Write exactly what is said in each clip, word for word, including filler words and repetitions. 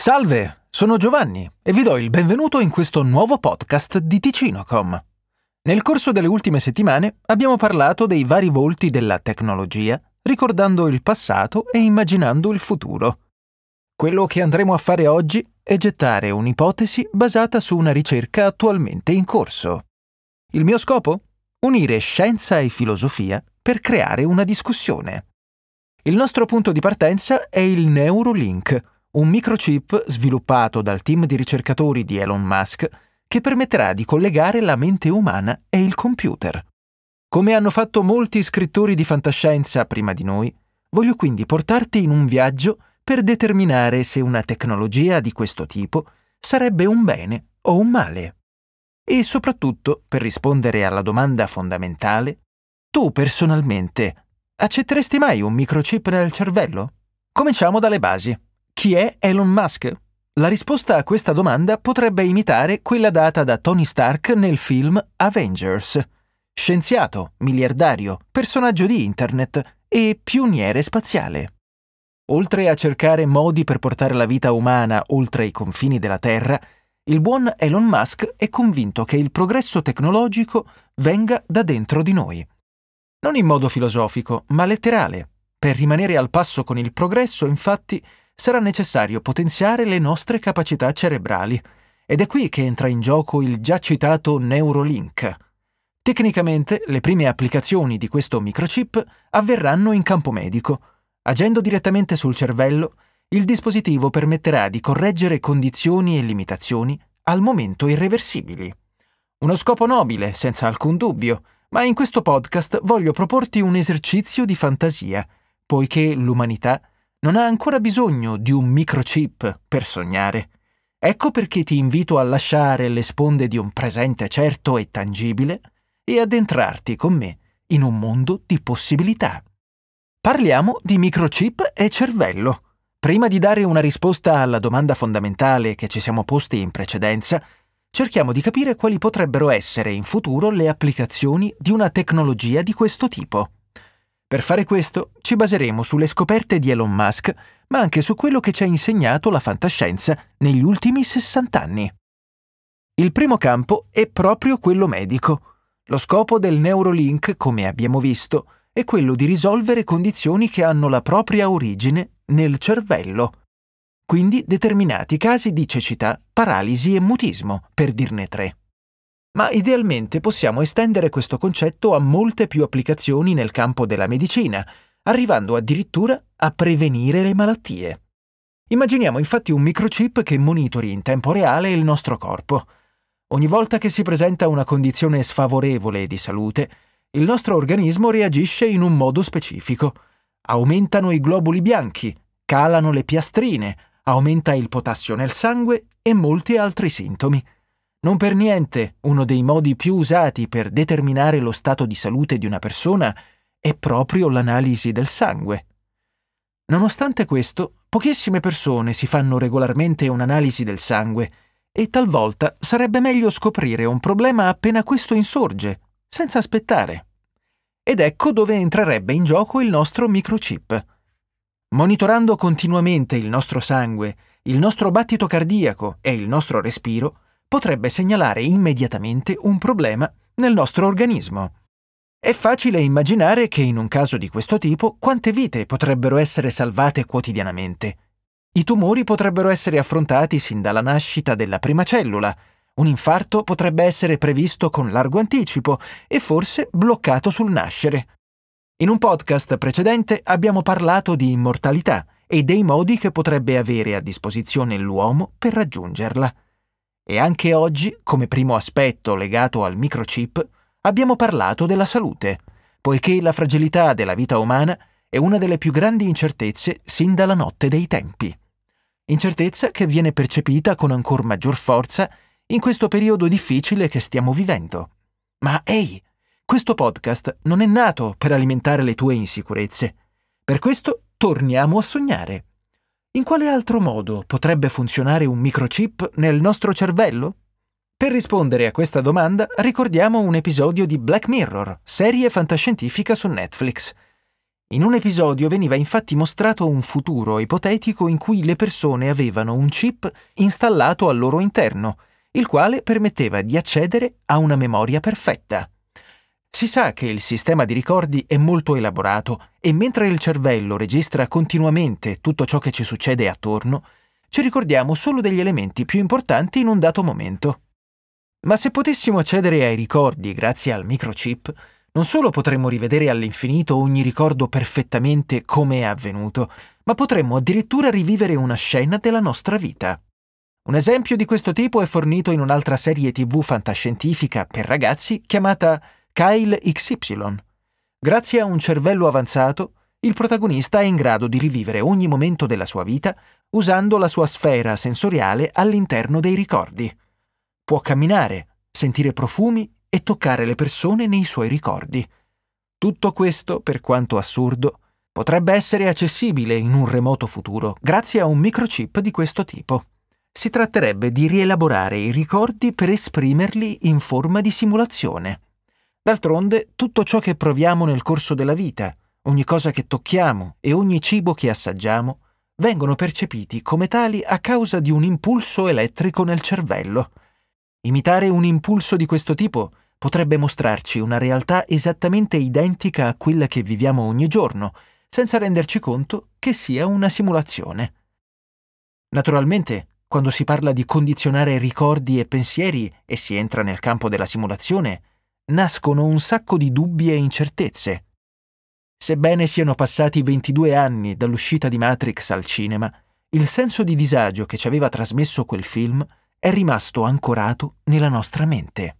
Salve, sono Giovanni e vi do il benvenuto in questo nuovo podcast di Ticinocom. Nel corso delle ultime settimane abbiamo parlato dei vari volti della tecnologia, ricordando il passato e immaginando il futuro. Quello che andremo a fare oggi è gettare un'ipotesi basata su una ricerca attualmente in corso. Il mio scopo? Unire scienza e filosofia per creare una discussione. Il nostro punto di partenza è il Neuralink, un microchip sviluppato dal team di ricercatori di Elon Musk che permetterà di collegare la mente umana e il computer. Come hanno fatto molti scrittori di fantascienza prima di noi, voglio quindi portarti in un viaggio per determinare se una tecnologia di questo tipo sarebbe un bene o un male. E soprattutto, per rispondere alla domanda fondamentale, tu personalmente accetteresti mai un microchip nel cervello? Cominciamo dalle basi. Chi è Elon Musk? La risposta a questa domanda potrebbe imitare quella data da Tony Stark nel film Avengers. Scienziato, miliardario, personaggio di internet e pioniere spaziale. Oltre a cercare modi per portare la vita umana oltre i confini della Terra, il buon Elon Musk è convinto che il progresso tecnologico venga da dentro di noi. Non in modo filosofico, ma letterale. Per rimanere al passo con il progresso, infatti, sarà necessario potenziare le nostre capacità cerebrali, ed è qui che entra in gioco il già citato Neuralink. Tecnicamente, le prime applicazioni di questo microchip avverranno in campo medico. Agendo direttamente sul cervello, il dispositivo permetterà di correggere condizioni e limitazioni al momento irreversibili. Uno scopo nobile, senza alcun dubbio, ma in questo podcast voglio proporti un esercizio di fantasia, poiché l'umanità non ha ancora bisogno di un microchip per sognare. Ecco perché ti invito a lasciare le sponde di un presente certo e tangibile e ad entrarti con me in un mondo di possibilità. Parliamo di microchip e cervello. Prima di dare una risposta alla domanda fondamentale che ci siamo posti in precedenza, cerchiamo di capire quali potrebbero essere in futuro le applicazioni di una tecnologia di questo tipo. Per fare questo ci baseremo sulle scoperte di Elon Musk, ma anche su quello che ci ha insegnato la fantascienza negli ultimi sessanta anni. Il primo campo è proprio quello medico. Lo scopo del Neuralink, come abbiamo visto, è quello di risolvere condizioni che hanno la propria origine nel cervello. Quindi determinati casi di cecità, paralisi e mutismo, per dirne tre. Ma idealmente possiamo estendere questo concetto a molte più applicazioni nel campo della medicina, arrivando addirittura a prevenire le malattie. Immaginiamo infatti un microchip che monitori in tempo reale il nostro corpo. Ogni volta che si presenta una condizione sfavorevole di salute, il nostro organismo reagisce in un modo specifico. Aumentano i globuli bianchi, calano le piastrine, aumenta il potassio nel sangue e molti altri sintomi. Non per niente uno dei modi più usati per determinare lo stato di salute di una persona è proprio l'analisi del sangue. Nonostante questo, pochissime persone si fanno regolarmente un'analisi del sangue e talvolta sarebbe meglio scoprire un problema appena questo insorge, senza aspettare. Ed ecco dove entrerebbe in gioco il nostro microchip. Monitorando continuamente il nostro sangue, il nostro battito cardiaco e il nostro respiro, potrebbe segnalare immediatamente un problema nel nostro organismo. È facile immaginare che in un caso di questo tipo quante vite potrebbero essere salvate quotidianamente. I tumori potrebbero essere affrontati sin dalla nascita della prima cellula, un infarto potrebbe essere previsto con largo anticipo e forse bloccato sul nascere. In un podcast precedente abbiamo parlato di immortalità e dei modi che potrebbe avere a disposizione l'uomo per raggiungerla. E anche oggi, come primo aspetto legato al microchip, abbiamo parlato della salute, poiché la fragilità della vita umana è una delle più grandi incertezze sin dalla notte dei tempi. Incertezza che viene percepita con ancor maggior forza in questo periodo difficile che stiamo vivendo. Ma ehi, questo podcast non è nato per alimentare le tue insicurezze. Per questo torniamo a sognare. In quale altro modo potrebbe funzionare un microchip nel nostro cervello? Per rispondere a questa domanda ricordiamo un episodio di Black Mirror, serie fantascientifica su Netflix. In un episodio veniva infatti mostrato un futuro ipotetico in cui le persone avevano un chip installato al loro interno, il quale permetteva di accedere a una memoria perfetta. Si sa che il sistema di ricordi è molto elaborato e mentre il cervello registra continuamente tutto ciò che ci succede attorno, ci ricordiamo solo degli elementi più importanti in un dato momento. Ma se potessimo accedere ai ricordi grazie al microchip, non solo potremmo rivedere all'infinito ogni ricordo perfettamente come è avvenuto, ma potremmo addirittura rivivere una scena della nostra vita. Un esempio di questo tipo è fornito in un'altra serie tivù fantascientifica per ragazzi chiamata Kyle X Y. Grazie a un cervello avanzato, il protagonista è in grado di rivivere ogni momento della sua vita usando la sua sfera sensoriale all'interno dei ricordi. Può camminare, sentire profumi e toccare le persone nei suoi ricordi. Tutto questo, per quanto assurdo, potrebbe essere accessibile in un remoto futuro grazie a un microchip di questo tipo. Si tratterebbe di rielaborare i ricordi per esprimerli in forma di simulazione. D'altronde, tutto ciò che proviamo nel corso della vita, ogni cosa che tocchiamo e ogni cibo che assaggiamo, vengono percepiti come tali a causa di un impulso elettrico nel cervello. Imitare un impulso di questo tipo potrebbe mostrarci una realtà esattamente identica a quella che viviamo ogni giorno, senza renderci conto che sia una simulazione. Naturalmente, quando si parla di condizionare ricordi e pensieri e si entra nel campo della simulazione, nascono un sacco di dubbi e incertezze. Sebbene siano passati ventidue anni dall'uscita di Matrix al cinema, il senso di disagio che ci aveva trasmesso quel film è rimasto ancorato nella nostra mente.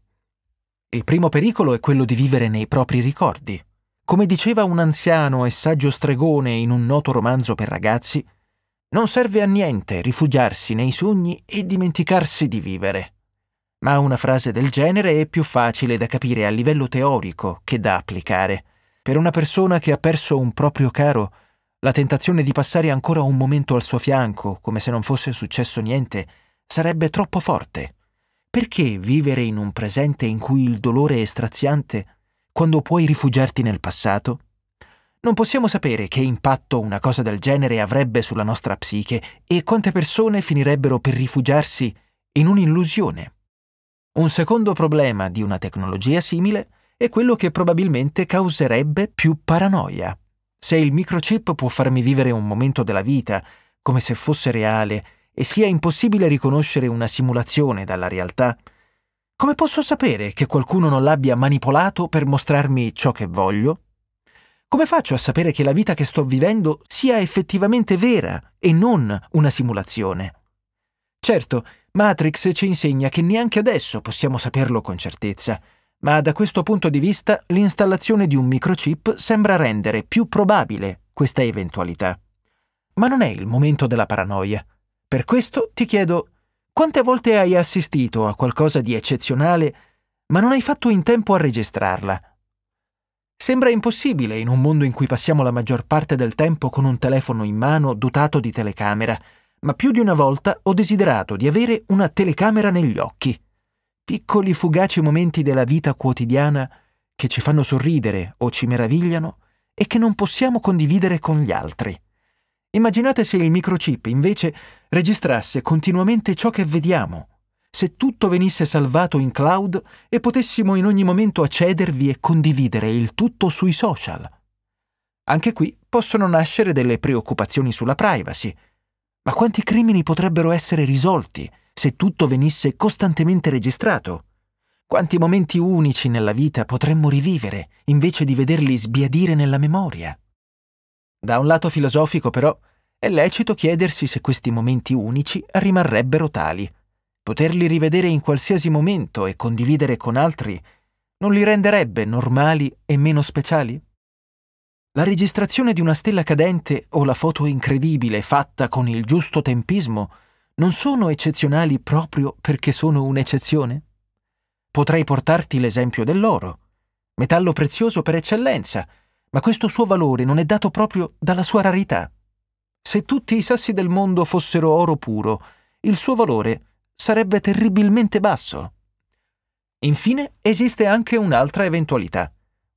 Il primo pericolo è quello di vivere nei propri ricordi. Come diceva un anziano e saggio stregone in un noto romanzo per ragazzi, non serve a niente rifugiarsi nei sogni e dimenticarsi di vivere. Ma una frase del genere è più facile da capire a livello teorico che da applicare. Per una persona che ha perso un proprio caro, la tentazione di passare ancora un momento al suo fianco, come se non fosse successo niente, sarebbe troppo forte. Perché vivere in un presente in cui il dolore è straziante, quando puoi rifugiarti nel passato? Non possiamo sapere che impatto una cosa del genere avrebbe sulla nostra psiche e quante persone finirebbero per rifugiarsi in un'illusione. Un secondo problema di una tecnologia simile è quello che probabilmente causerebbe più paranoia. Se il microchip può farmi vivere un momento della vita come se fosse reale e sia impossibile riconoscere una simulazione dalla realtà, come posso sapere che qualcuno non l'abbia manipolato per mostrarmi ciò che voglio? Come faccio a sapere che la vita che sto vivendo sia effettivamente vera e non una simulazione? Certo, Matrix ci insegna che neanche adesso possiamo saperlo con certezza, ma da questo punto di vista l'installazione di un microchip sembra rendere più probabile questa eventualità. Ma non è il momento della paranoia. Per questo ti chiedo, quante volte hai assistito a qualcosa di eccezionale, ma non hai fatto in tempo a registrarla? Sembra impossibile in un mondo in cui passiamo la maggior parte del tempo con un telefono in mano dotato di telecamera, ma più di una volta ho desiderato di avere una telecamera negli occhi. Piccoli fugaci momenti della vita quotidiana che ci fanno sorridere o ci meravigliano e che non possiamo condividere con gli altri. Immaginate se il microchip invece registrasse continuamente ciò che vediamo, se tutto venisse salvato in cloud e potessimo in ogni momento accedervi e condividere il tutto sui social. Anche qui possono nascere delle preoccupazioni sulla privacy. Ma quanti crimini potrebbero essere risolti se tutto venisse costantemente registrato? Quanti momenti unici nella vita potremmo rivivere invece di vederli sbiadire nella memoria? Da un lato filosofico, però, è lecito chiedersi se questi momenti unici rimarrebbero tali. Poterli rivedere in qualsiasi momento e condividere con altri non li renderebbe normali e meno speciali? La registrazione di una stella cadente o la foto incredibile fatta con il giusto tempismo non sono eccezionali proprio perché sono un'eccezione? Potrei portarti l'esempio dell'oro, metallo prezioso per eccellenza, ma questo suo valore non è dato proprio dalla sua rarità. Se tutti i sassi del mondo fossero oro puro, il suo valore sarebbe terribilmente basso. Infine, esiste anche un'altra eventualità.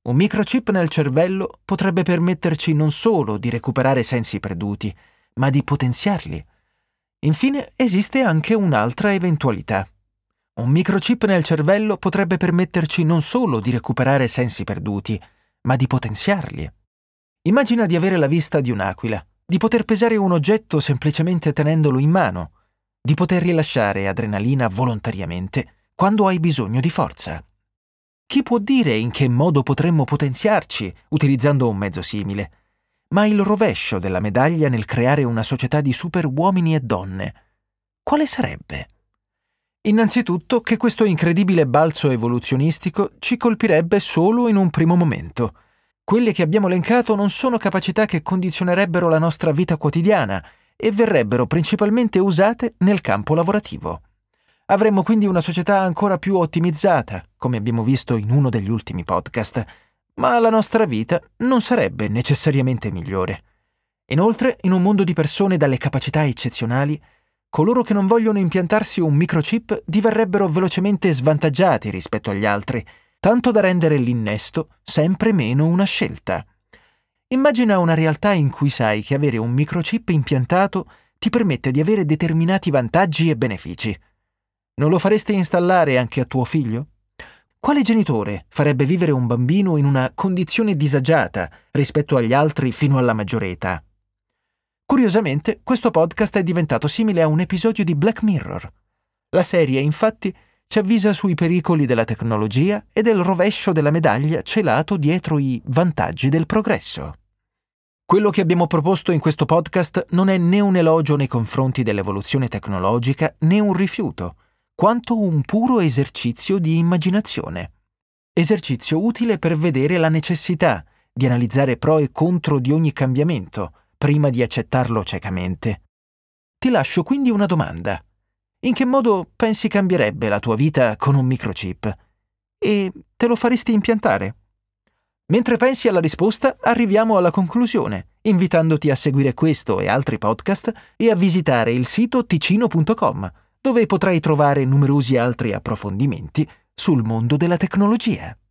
Un microchip nel cervello potrebbe permetterci non solo di recuperare sensi perduti, ma di potenziarli. Infine, esiste anche un'altra eventualità. Un microchip nel cervello potrebbe permetterci non solo di recuperare sensi perduti, ma di potenziarli. Immagina di avere la vista di un'aquila, di poter pesare un oggetto semplicemente tenendolo in mano, di poter rilasciare adrenalina volontariamente quando hai bisogno di forza. Chi può dire in che modo potremmo potenziarci utilizzando un mezzo simile? Ma il rovescio della medaglia nel creare una società di superuomini e donne, quale sarebbe? Innanzitutto che questo incredibile balzo evoluzionistico ci colpirebbe solo in un primo momento. Quelle che abbiamo elencato non sono capacità che condizionerebbero la nostra vita quotidiana e verrebbero principalmente usate nel campo lavorativo. Avremmo quindi una società ancora più ottimizzata, come abbiamo visto in uno degli ultimi podcast, ma la nostra vita non sarebbe necessariamente migliore. Inoltre, in un mondo di persone dalle capacità eccezionali, coloro che non vogliono impiantarsi un microchip diverrebbero velocemente svantaggiati rispetto agli altri, tanto da rendere l'innesto sempre meno una scelta. Immagina una realtà in cui sai che avere un microchip impiantato ti permette di avere determinati vantaggi e benefici. Non lo faresti installare anche a tuo figlio? Quale genitore farebbe vivere un bambino in una condizione disagiata rispetto agli altri fino alla maggiore età? Curiosamente, questo podcast è diventato simile a un episodio di Black Mirror. La serie, infatti, ci avvisa sui pericoli della tecnologia e del rovescio della medaglia celato dietro i vantaggi del progresso. Quello che abbiamo proposto in questo podcast non è né un elogio nei confronti dell'evoluzione tecnologica né un rifiuto, quanto un puro esercizio di immaginazione. Esercizio utile per vedere la necessità di analizzare pro e contro di ogni cambiamento, prima di accettarlo ciecamente. Ti lascio quindi una domanda. In che modo pensi cambierebbe la tua vita con un microchip? E te lo faresti impiantare? Mentre pensi alla risposta, arriviamo alla conclusione, invitandoti a seguire questo e altri podcast e a visitare il sito ticino punto com, dove potrai trovare numerosi altri approfondimenti sul mondo della tecnologia.